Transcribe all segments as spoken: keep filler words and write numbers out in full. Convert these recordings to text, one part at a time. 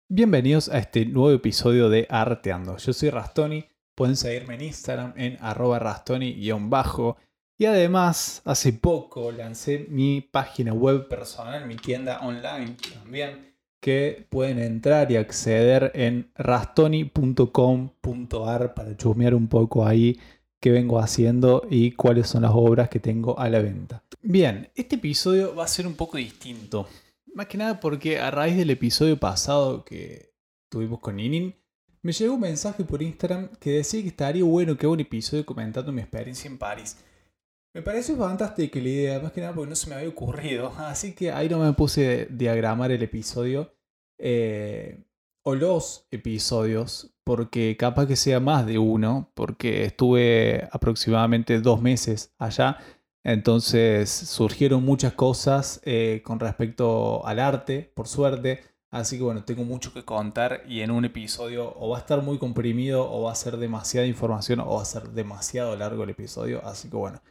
Bienvenidos a este nuevo episodio de Arteando. Yo soy Rastoni, pueden seguirme en Instagram en arroba rastoni-bajo. Y además, hace poco lancé mi página web personal, mi tienda online también, que pueden entrar y acceder en rastoni punto com punto ar para chusmear un poco ahí qué vengo haciendo y cuáles son las obras que tengo a la venta. Bien, este episodio va a ser un poco distinto. Más que nada porque a raíz del episodio pasado que tuvimos con Ninin, me llegó un mensaje por Instagram que decía que estaría bueno que haga un episodio comentando mi experiencia en París. Me pareció fantástica la idea, más que nada porque no se me había ocurrido. Así que ahí no me puse a diagramar el episodio. Eh, o los episodios, porque capaz que sea más de uno, porque estuve aproximadamente dos meses allá. Entonces surgieron muchas cosas eh, con respecto al arte, por suerte. Así que bueno, tengo mucho que contar y en un episodio o va a estar muy comprimido o va a ser demasiada información o va a ser demasiado largo el episodio. Así que bueno.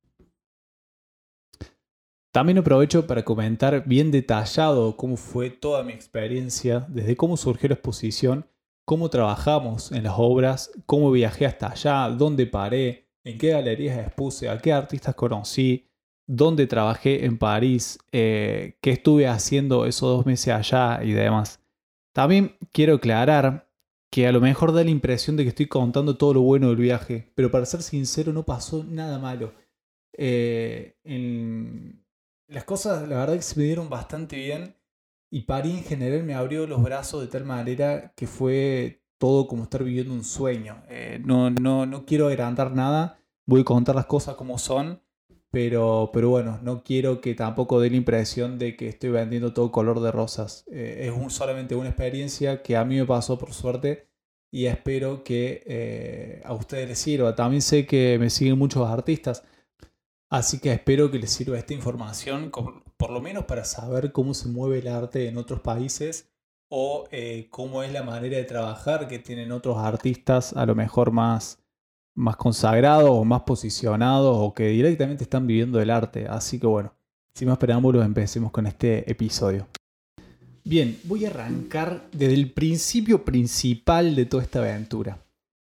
También aprovecho para comentar bien detallado cómo fue toda mi experiencia, desde cómo surgió la exposición, cómo trabajamos en las obras, cómo viajé hasta allá, dónde paré, en qué galerías expuse, a qué artistas conocí, dónde trabajé en París, eh, qué estuve haciendo esos dos meses allá y demás. También quiero aclarar que a lo mejor da la impresión de que estoy contando todo lo bueno del viaje, pero para ser sincero no pasó nada malo. Eh, en... Las cosas la verdad que se me dieron bastante bien y París en general me abrió los brazos de tal manera que fue todo como estar viviendo un sueño. Eh, no, no, no quiero agrandar nada, voy a contar las cosas como son, pero, pero bueno, no quiero que tampoco dé la impresión de que estoy vendiendo todo color de rosas. Eh, es un, solamente una experiencia que a mí me pasó por suerte y espero que eh, a ustedes les sirva. También sé que me siguen muchos artistas. Así que espero que les sirva esta información, por lo menos para saber cómo se mueve el arte en otros países o eh, cómo es la manera de trabajar que tienen otros artistas a lo mejor más, más consagrados o más posicionados o que directamente están viviendo del arte. Así que bueno, sin más preámbulos, empecemos con este episodio. Bien, voy a arrancar desde el principio principal de toda esta aventura.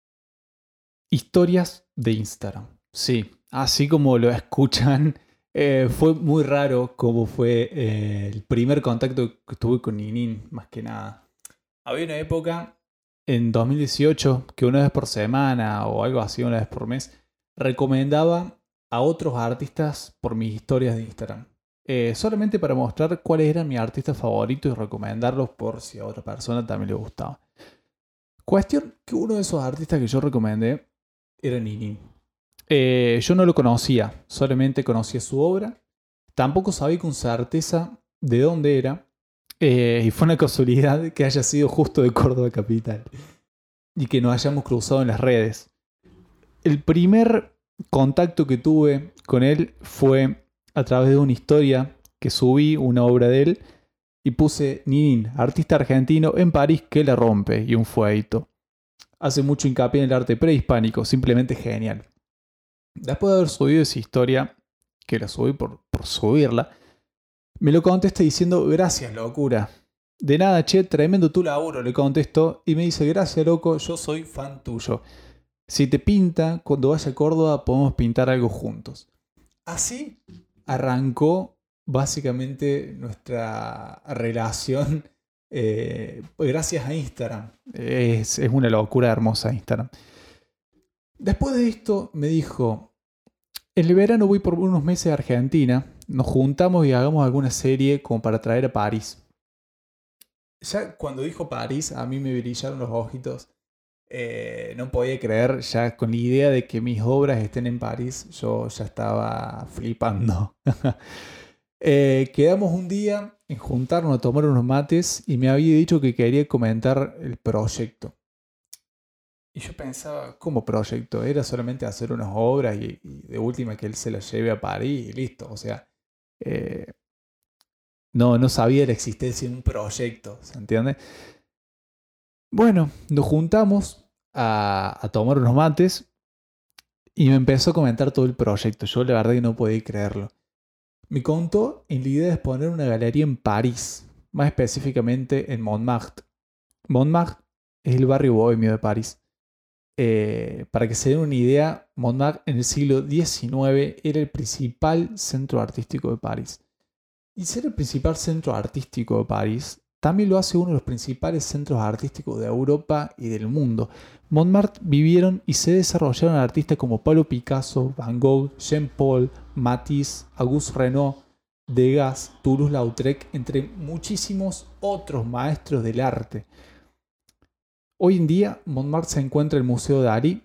Historias de Instagram. Sí, así como lo escuchan, eh, fue muy raro como fue eh, el primer contacto que tuve con Ninin, más que nada. Había una época en dos mil dieciocho que una vez por semana o algo así, una vez por mes, recomendaba a otros artistas por mis historias de Instagram. Eh, solamente para mostrar cuáles eran mis artistas favoritos y recomendarlos por si a otra persona también le gustaba. Cuestión que uno de esos artistas que yo recomendé era Ninin. Eh, yo no lo conocía, solamente conocía su obra. Tampoco sabía con certeza de dónde era. Eh, y fue una casualidad que haya sido justo de Córdoba capital. Y que nos hayamos cruzado en las redes. El primer contacto que tuve con él fue a través de una historia que subí, una obra de él. Y puse Ninin, artista argentino en París que la rompe. Y un fueguito. Hace mucho hincapié en el arte prehispánico, simplemente genial. Después de haber subido esa historia, que la subí por, por subirla, me lo contesta diciendo, gracias, locura. De nada, che, tremendo tu laburo, le contesto, y me dice, gracias, loco, yo soy fan tuyo. Si te pinta, cuando vaya a Córdoba podemos pintar algo juntos. Así arrancó básicamente nuestra relación eh, gracias a Instagram. Es, es una locura hermosa Instagram. Después de esto me dijo, en el verano voy por unos meses a Argentina, nos juntamos y hagamos alguna serie como para traer a París. Ya cuando dijo París a mí me brillaron los ojitos. Eh, no podía creer, ya con la idea de que mis obras estén en París, yo ya estaba flipando. eh, quedamos un día en juntarnos a tomar unos mates y me había dicho que quería comentar el proyecto. Y yo pensaba, ¿cómo proyecto? Era solamente hacer unas obras y, y de última que él se las lleve a París y listo. O sea, eh, no, no sabía la existencia de un proyecto, ¿se entiende? Bueno, nos juntamos a, a tomar unos mates y me empezó a comentar todo el proyecto. Yo la verdad que no podía creerlo. Me contó en la idea de exponer una galería en París, más específicamente en Montmartre. Montmartre es el barrio bohemio de París. Eh, para que se den una idea, Montmartre en el siglo diecinueve era el principal centro artístico de París. Y ser el principal centro artístico de París también lo hace uno de los principales centros artísticos de Europa y del mundo. Montmartre vivieron y se desarrollaron artistas como Pablo Picasso, Van Gogh, Jean Paul, Matisse, Auguste Renoir, Degas, Toulouse-Lautrec, entre muchísimos otros maestros del arte. Hoy en día, Montmartre se encuentra el Museo Dalí,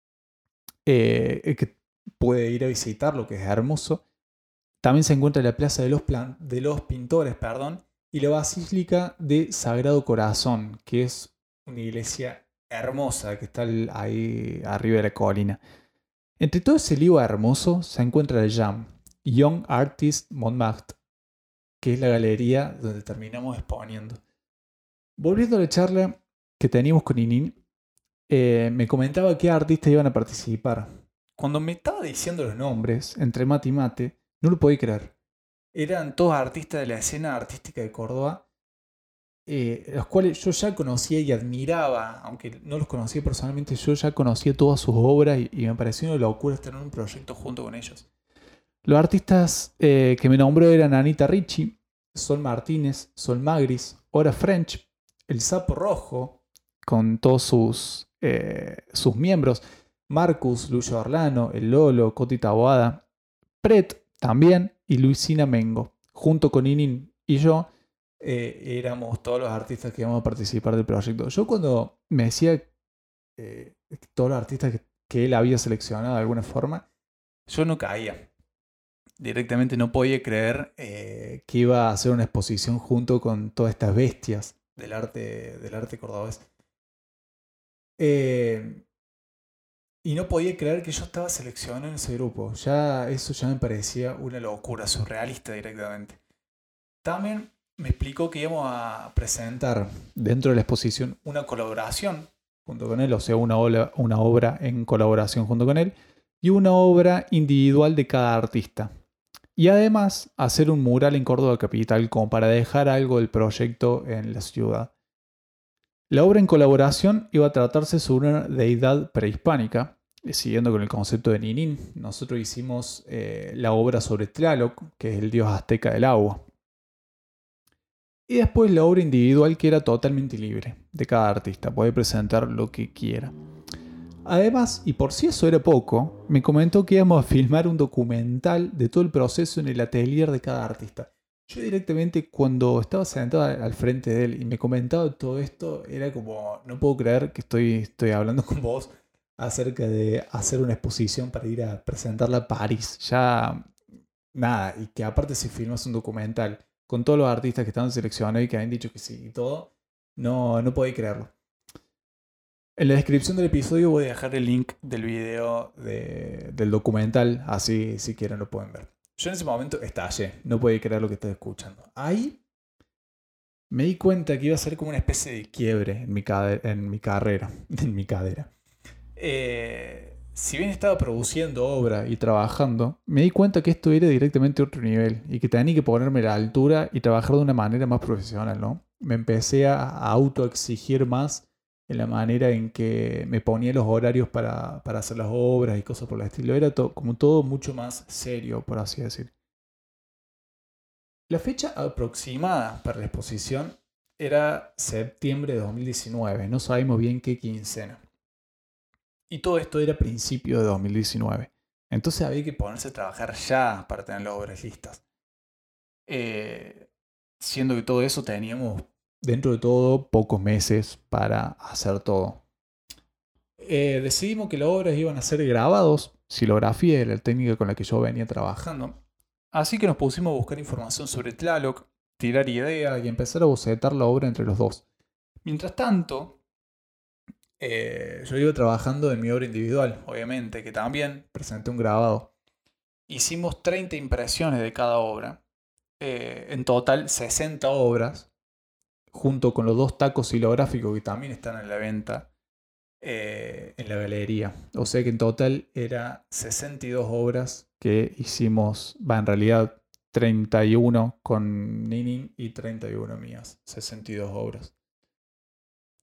eh, que puede ir a visitarlo, que es hermoso. También se encuentra la Plaza de los, Plan- de los Pintores, perdón, y la Basílica de Sagrado Corazón, que es una iglesia hermosa que está ahí arriba de la colina. Entre todo ese lío hermoso se encuentra el J A M, Young Artist Montmartre, que es la galería donde terminamos exponiendo. Volviendo a la charla que teníamos con Inin, eh, me comentaba qué artistas iban a participar. Cuando me estaba diciendo los nombres, entre mate y mate, no lo podía creer. Eran todos artistas de la escena artística de Córdoba, eh, los cuales yo ya conocía y admiraba, aunque no los conocía personalmente, yo ya conocía todas sus obras y, y me pareció una locura estar en un proyecto junto con ellos. Los artistas eh, que me nombró eran Anita Ricci, Sol Martínez, Sol Magris, Ora French, El Sapo Rojo, con todos sus, eh, sus miembros, Marcus, Lucio Orlano, El Lolo, Coti Taboada, Pret también y Luisina Mengo. Junto con Inin y yo eh, éramos todos los artistas que íbamos a participar del proyecto. Yo cuando me decía eh, todos los artistas que, que él había seleccionado de alguna forma, yo no caía. Directamente no podía creer eh, que iba a hacer una exposición junto con todas estas bestias del arte, del arte cordobés. Eh, y no podía creer que yo estaba seleccionado en ese grupo. Ya eso ya me parecía una locura, surrealista directamente. También me explicó que íbamos a presentar dentro de la exposición una colaboración junto con él, o sea, una obra, una obra en colaboración junto con él y una obra individual de cada artista. Y además hacer un mural en Córdoba capital como para dejar algo del proyecto en la ciudad. La obra en colaboración iba a tratarse sobre una deidad prehispánica, siguiendo con el concepto de Ninín. Nosotros hicimos eh, la obra sobre Tlaloc, que es el dios azteca del agua. Y después la obra individual, que era totalmente libre de cada artista, puede presentar lo que quiera. Además, y por si eso era poco, me comentó que íbamos a filmar un documental de todo el proceso en el atelier de cada artista. Yo directamente cuando estaba sentado al frente de él y me comentaba todo esto, era como, no puedo creer que estoy, estoy hablando con vos acerca de hacer una exposición para ir a presentarla a París. Ya, nada, y que aparte si filmas un documental con todos los artistas que estaban seleccionados y que habían dicho que sí y todo, no, no podía creerlo. En la descripción del episodio voy a dejar el link del video de, del documental, así si quieren lo pueden ver. Yo en ese momento estallé, no podía creer lo que estaba escuchando. Ahí me di cuenta que iba a ser como una especie de quiebre en mi, en mi carrera, en mi cadera. Eh, si bien estaba produciendo obra y trabajando, me di cuenta que esto era directamente otro nivel y que tenía que ponerme a la altura y trabajar de una manera más profesional, ¿no? Me empecé a autoexigir más en la manera en que me ponía los horarios para, para hacer las obras y cosas por el estilo. Era to- como todo mucho más serio, por así decir. La fecha aproximada para la exposición era septiembre de dos mil diecinueve. No sabemos bien qué quincena. Y todo esto era principio de dos mil diecinueve. Entonces había que ponerse a trabajar ya para tener las obras listas. Eh, siendo que todo eso teníamos, dentro de todo, pocos meses para hacer todo. Eh, decidimos que las obras iban a ser grabados. Silografía era la técnica con la que yo venía trabajando. Así que nos pusimos a buscar información sobre Tlaloc, tirar ideas y empezar a bocetar la obra entre los dos. Mientras tanto, eh, yo iba trabajando en mi obra individual, obviamente, que también presenté un grabado. Hicimos treinta impresiones de cada obra. Eh, en total, sesenta obras, junto con los dos tacos silográficos que también están en la venta. Eh, en la galería. O sea que en total era sesenta y dos obras que hicimos, va en realidad treinta y uno con Ninin y treinta y uno mías, sesenta y dos obras.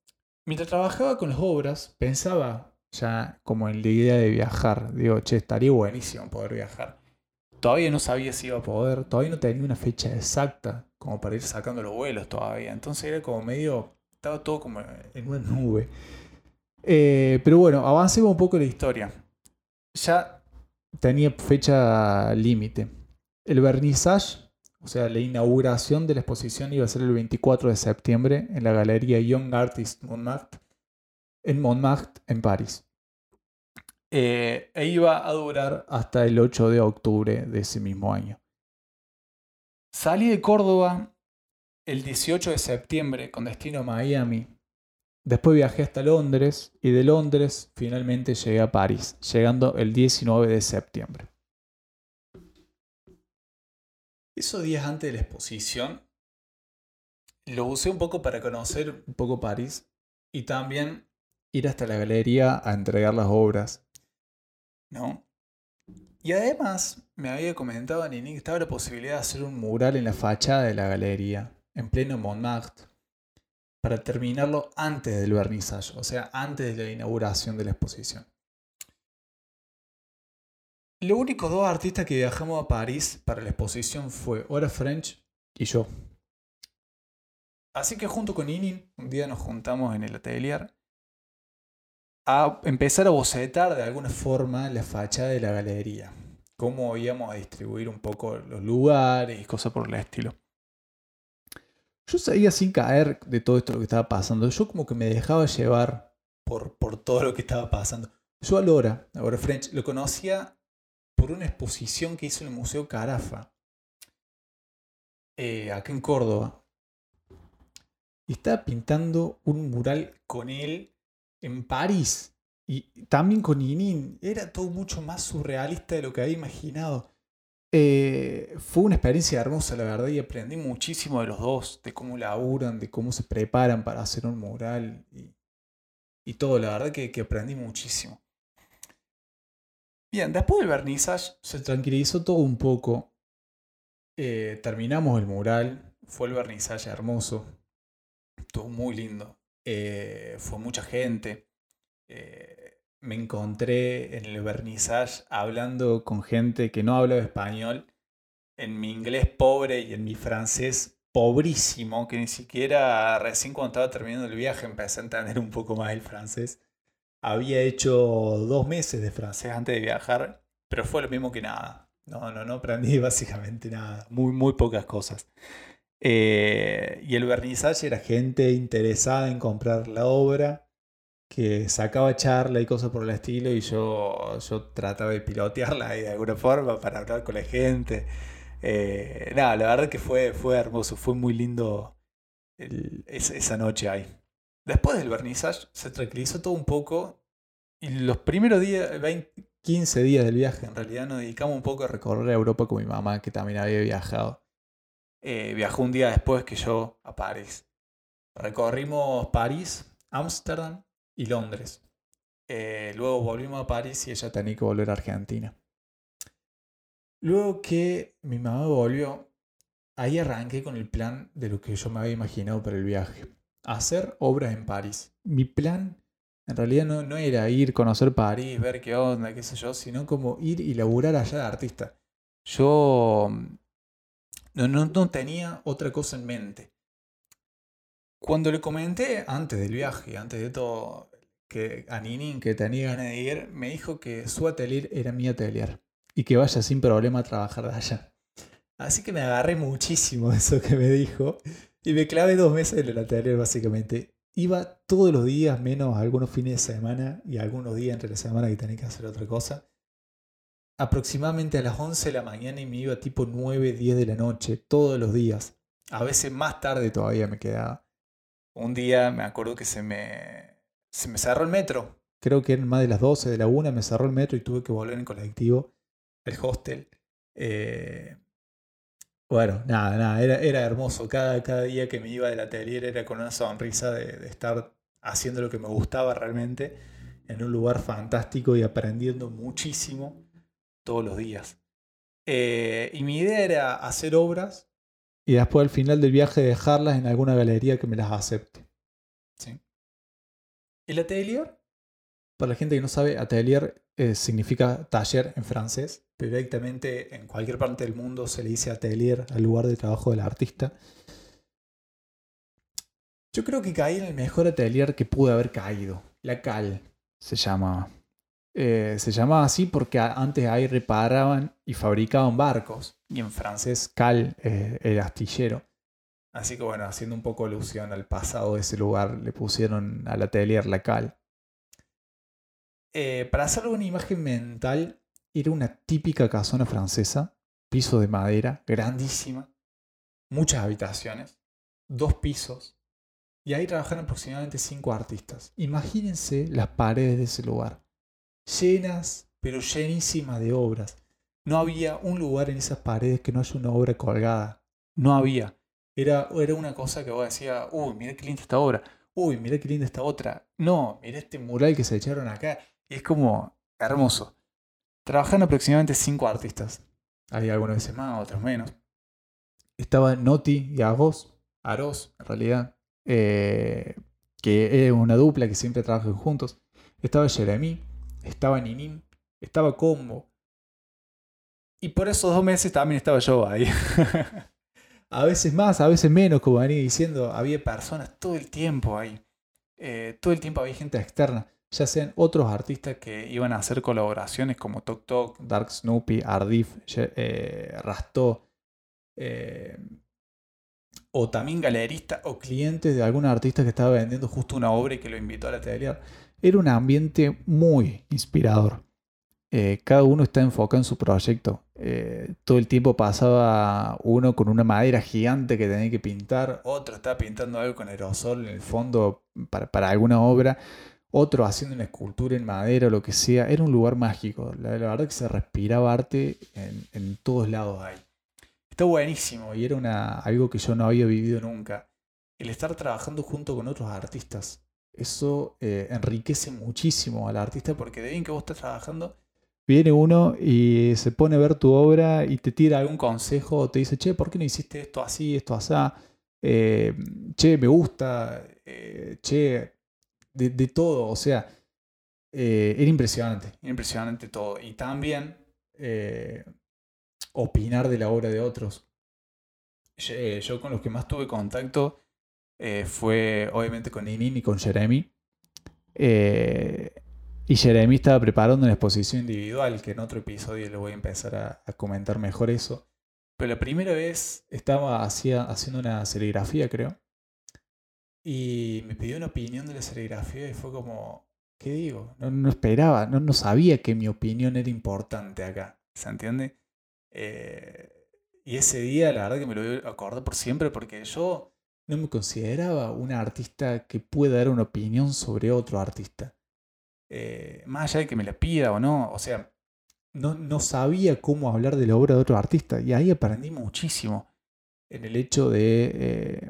Mientras trabajaba con las obras, pensaba ya como en la idea de viajar. Digo, che, estaría buenísimo poder viajar. Todavía no sabía si iba a poder, todavía no tenía una fecha exacta como para ir sacando los vuelos todavía. Entonces era como medio, estaba todo como en una nube. Eh, pero bueno, avancemos un poco la historia. Ya tenía fecha límite. El vernissage, o sea, la inauguración de la exposición iba a ser el veinticuatro de septiembre en la galería Young Artist Montmartre, en Montmartre, en París. Eh, e iba a durar hasta el ocho de octubre de ese mismo año. Salí de Córdoba el dieciocho de septiembre con destino a Miami. Después viajé hasta Londres y de Londres finalmente llegué a París, llegando el diecinueve de septiembre. Esos días antes de la exposición lo usé un poco para conocer un poco París y también ir hasta la galería a entregar las obras, ¿no? Y además me había comentado Nini que estaba la posibilidad de hacer un mural en la fachada de la galería, en pleno Montmartre, para terminarlo antes del vernissage, o sea, antes de la inauguración de la exposición. Los únicos dos artistas que viajamos a París para la exposición fue Ora French y yo. Así que junto con Nini, un día nos juntamos en el atelier a empezar a bocetar de alguna forma la fachada de la galería. Cómo íbamos a distribuir un poco los lugares y cosas por el estilo. Yo seguía sin caer de todo esto lo que estaba pasando. Yo como que me dejaba llevar por, por todo lo que estaba pasando. Yo a Lora, a Lora French, lo conocía por una exposición que hizo en el Museo Carafa, eh, acá en Córdoba. Y estaba pintando un mural con él en París. Y también con Inin. Era todo mucho más surrealista de lo que había imaginado. Eh, fue una experiencia hermosa, la verdad, y aprendí muchísimo de los dos, de cómo laburan, de cómo se preparan para hacer un mural y, y todo, la verdad que, que aprendí muchísimo. Bien, después del vernissage se tranquilizó todo un poco. Eh, terminamos el mural, fue el vernissage hermoso, estuvo muy lindo, eh, fue mucha gente. Eh, me encontré en el vernissage hablando con gente que no hablaba español, en mi inglés pobre y en mi francés pobrísimo, que ni siquiera recién cuando estaba terminando el viaje empecé a entender un poco más el francés. Había hecho dos meses de francés antes de viajar, pero fue lo mismo que nada. No, no, no aprendí básicamente nada. Muy, muy pocas cosas. Eh, y el vernissage era gente interesada en comprar la obra, que sacaba charla y cosas por el estilo, y yo, yo trataba de pilotearla de alguna forma para hablar con la gente. Eh, nada, la verdad que fue, fue hermoso, fue muy lindo el, esa, esa noche ahí. Después del vernissage se tranquilizó todo un poco y los primeros días, veinte, quince días del viaje en realidad nos dedicamos un poco a recorrer Europa con mi mamá, que también había viajado. Eh, viajó un día después que yo a París. Recorrimos París, Ámsterdam y Londres. Eh, luego volvimos a París y ella tenía que volver a Argentina. Luego que mi mamá volvió, ahí arranqué con el plan de lo que yo me había imaginado para el viaje. Hacer obras en París. Mi plan en realidad no, no era ir, conocer París, ver qué onda, qué sé yo, sino como ir y laburar allá de artista. Yo no, no, no tenía otra cosa en mente. Cuando le comenté antes del viaje, antes de todo, que a Ninin que tenía ganas de ir, me dijo que su atelier era mi atelier y que vaya sin problema a trabajar de allá. Así que me agarré muchísimo de eso que me dijo y me clavé dos meses en el atelier básicamente. Iba todos los días, menos algunos fines de semana y algunos días entre la semana que tenía que hacer otra cosa. Aproximadamente a las once de la mañana y me iba tipo nueve, diez de la noche, todos los días. A veces más tarde todavía me quedaba. Un día me acuerdo que se me, se me cerró el metro. Creo que eran más de las doce, de la una, me cerró el metro y tuve que volver en colectivo al hostel. Eh, bueno, nada, nada, era, era hermoso. Cada, cada día que me iba del atelier era con una sonrisa de, de estar haciendo lo que me gustaba realmente, en un lugar fantástico y aprendiendo muchísimo todos los días. Eh, y mi idea era hacer obras y después al final del viaje dejarlas en alguna galería que me las acepte. ¿Sí? El atelier, para la gente que no sabe, atelier eh, significa taller en francés, pero directamente en cualquier parte del mundo se le dice atelier al lugar de trabajo del artista. Yo creo que caí en el mejor atelier que pude haber caído. La Cal se llamaba. Eh, se llamaba así porque antes ahí reparaban y fabricaban barcos. Y en francés Cal, eh, el astillero. Así que bueno, haciendo un poco alusión al pasado de ese lugar, le pusieron al atelier La Cal. Eh, para hacerle una imagen mental, era una típica casona francesa, piso de madera, grandísima, muchas habitaciones, dos pisos. Y ahí trabajaron aproximadamente cinco artistas. Imagínense las paredes de ese lugar. Llenas, pero llenísimas de obras. No había un lugar en esas paredes que no haya una obra colgada. No había. Era, era una cosa que vos decías, uy, mira qué linda esta obra. Uy, mira qué linda esta otra. No, mira este mural que se echaron acá. Y es como hermoso. Trabajaron aproximadamente cinco artistas. Había algunas veces más, otras menos. Estaba Noti y Agos. Aros, en realidad. Eh, que es una dupla que siempre trabajan juntos. Estaba Jeremy, estaba Ninin, estaba Combo. Y por esos dos meses también estaba yo ahí. A veces más, a veces menos, como venía diciendo, había personas todo el tiempo ahí. Eh, todo el tiempo había gente externa, ya sean otros artistas que iban a hacer colaboraciones como Tok Tok, Dark Snoopy, Ardif, eh, Rastó. Eh, o también galeristas o clientes de algún artista que estaba vendiendo justo una obra y que lo invitó al atelier. Era un ambiente muy inspirador. Eh, cada uno está enfocado en su proyecto. Eh, todo el tiempo pasaba uno con una madera gigante que tenía que pintar, otro estaba pintando algo con aerosol en el fondo para, para alguna obra, otro haciendo una escultura en madera o lo que sea. Era un lugar mágico. La, la verdad que se respiraba arte en, en todos lados ahí. Está buenísimo y era una, algo que yo no había vivido nunca. El estar trabajando junto con otros artistas. Eso eh, enriquece muchísimo al artista porque de bien que vos estás trabajando, viene uno y se pone a ver tu obra y te tira algún consejo o te dice, che, ¿por qué no hiciste esto así, esto así? Eh, che, me gusta, eh, che, de, de todo. O sea, eh, era impresionante, era impresionante todo. Y también... Eh, opinar de la obra de otros. Yo, eh, yo con los que más tuve contacto eh, fue obviamente con Ninin y con Jeremy. Eh, y Jeremy estaba preparando una exposición individual, que en otro episodio le voy a empezar a, a comentar mejor eso. Pero la primera vez estaba hacía, haciendo una serigrafía, creo. Y me pidió una opinión de la serigrafía y fue como, ¿qué digo? No, no esperaba, no, no sabía que mi opinión era importante acá. ¿Se entiende? Eh, y ese día, la verdad que me lo voy a acordar por siempre porque yo no me consideraba un artista que pueda dar una opinión sobre otro artista. Eh, más allá de que me la pida o no, o sea, no, no sabía cómo hablar de la obra de otro artista. Y ahí aprendí muchísimo en el hecho de, eh,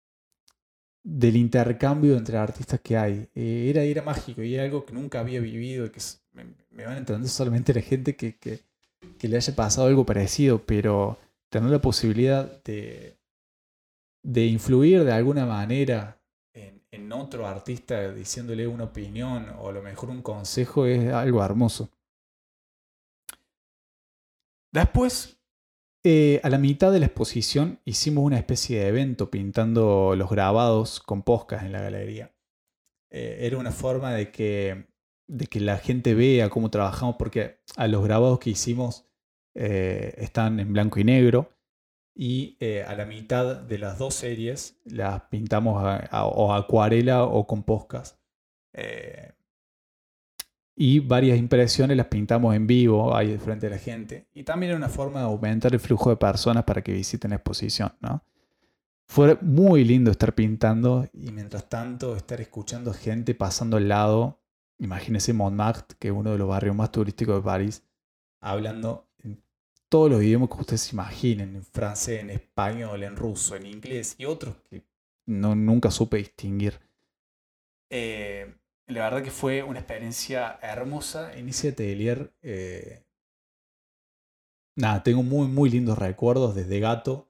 del intercambio entre artistas que hay. Eh, era, era mágico y era algo que nunca había vivido y que me, me van a entender solamente la gente que... que que le haya pasado algo parecido, pero tener la posibilidad de, de influir de alguna manera en, en otro artista diciéndole una opinión o a lo mejor un consejo es algo hermoso. Después, eh, a la mitad de la exposición hicimos una especie de evento pintando los grabados con poscas en la galería. Eh, era una forma de que, de que la gente vea cómo trabajamos, porque a los grabados que hicimos eh, están en blanco y negro y eh, a la mitad de las dos series las pintamos a, a, o acuarela o con poscas. Eh, y varias impresiones las pintamos en vivo ahí de frente a la gente. Y también era una forma de aumentar el flujo de personas para que visiten la exposición, ¿no? Fue muy lindo estar pintando y mientras tanto estar escuchando gente pasando al lado. Imagínense Montmartre, que es uno de los barrios más turísticos de París, hablando en todos los idiomas que ustedes se imaginen, en francés, en español, en ruso, en inglés y otros que no, nunca supe distinguir. Eh, la verdad que fue una experiencia hermosa en ese atelier. Eh, nada, tengo muy muy lindos recuerdos desde gato.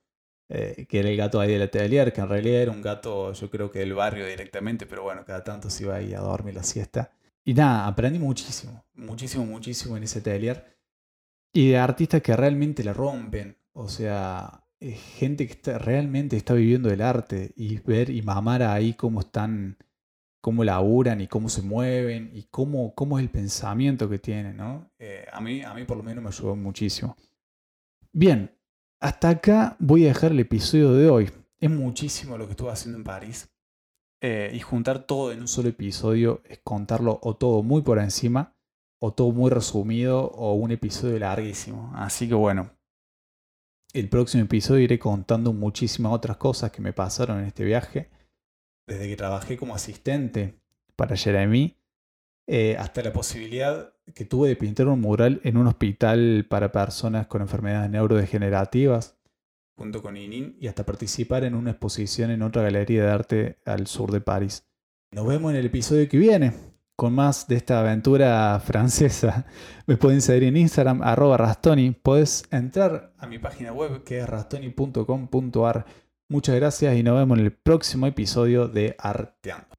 eh, que era el gato ahí del atelier, que en realidad era un gato, yo creo que del barrio directamente, pero bueno, cada tanto se iba ahí a dormir la siesta. Y nada, aprendí muchísimo, muchísimo, muchísimo en ese atelier. Y de artistas que realmente la rompen. O sea, eh, gente que está, realmente está viviendo el arte. Y ver y mamar ahí cómo están, cómo laburan y cómo se mueven y cómo, cómo es el pensamiento que tienen, ¿no? Eh, a mí, a mí por lo menos me ayudó muchísimo. Bien, hasta acá voy a dejar el episodio de hoy. Es muchísimo lo que estuve haciendo en París. Eh, y juntar todo en un solo episodio es contarlo o todo muy por encima, o todo muy resumido, o un episodio larguísimo. Así que bueno, el próximo episodio iré contando muchísimas otras cosas que me pasaron en este viaje. Desde que trabajé como asistente para Jeremy, eh, hasta la posibilidad que tuve de pintar un mural en un hospital para personas con enfermedades neurodegenerativas, junto con Inin, y hasta participar en una exposición en otra galería de arte al sur de París. Nos vemos en el episodio que viene con más de esta aventura francesa. Me pueden seguir en Instagram, arroba Rastoni. Podés entrar a mi página web que es rastoni punto com punto ar. Muchas gracias y nos vemos en el próximo episodio de Arteando.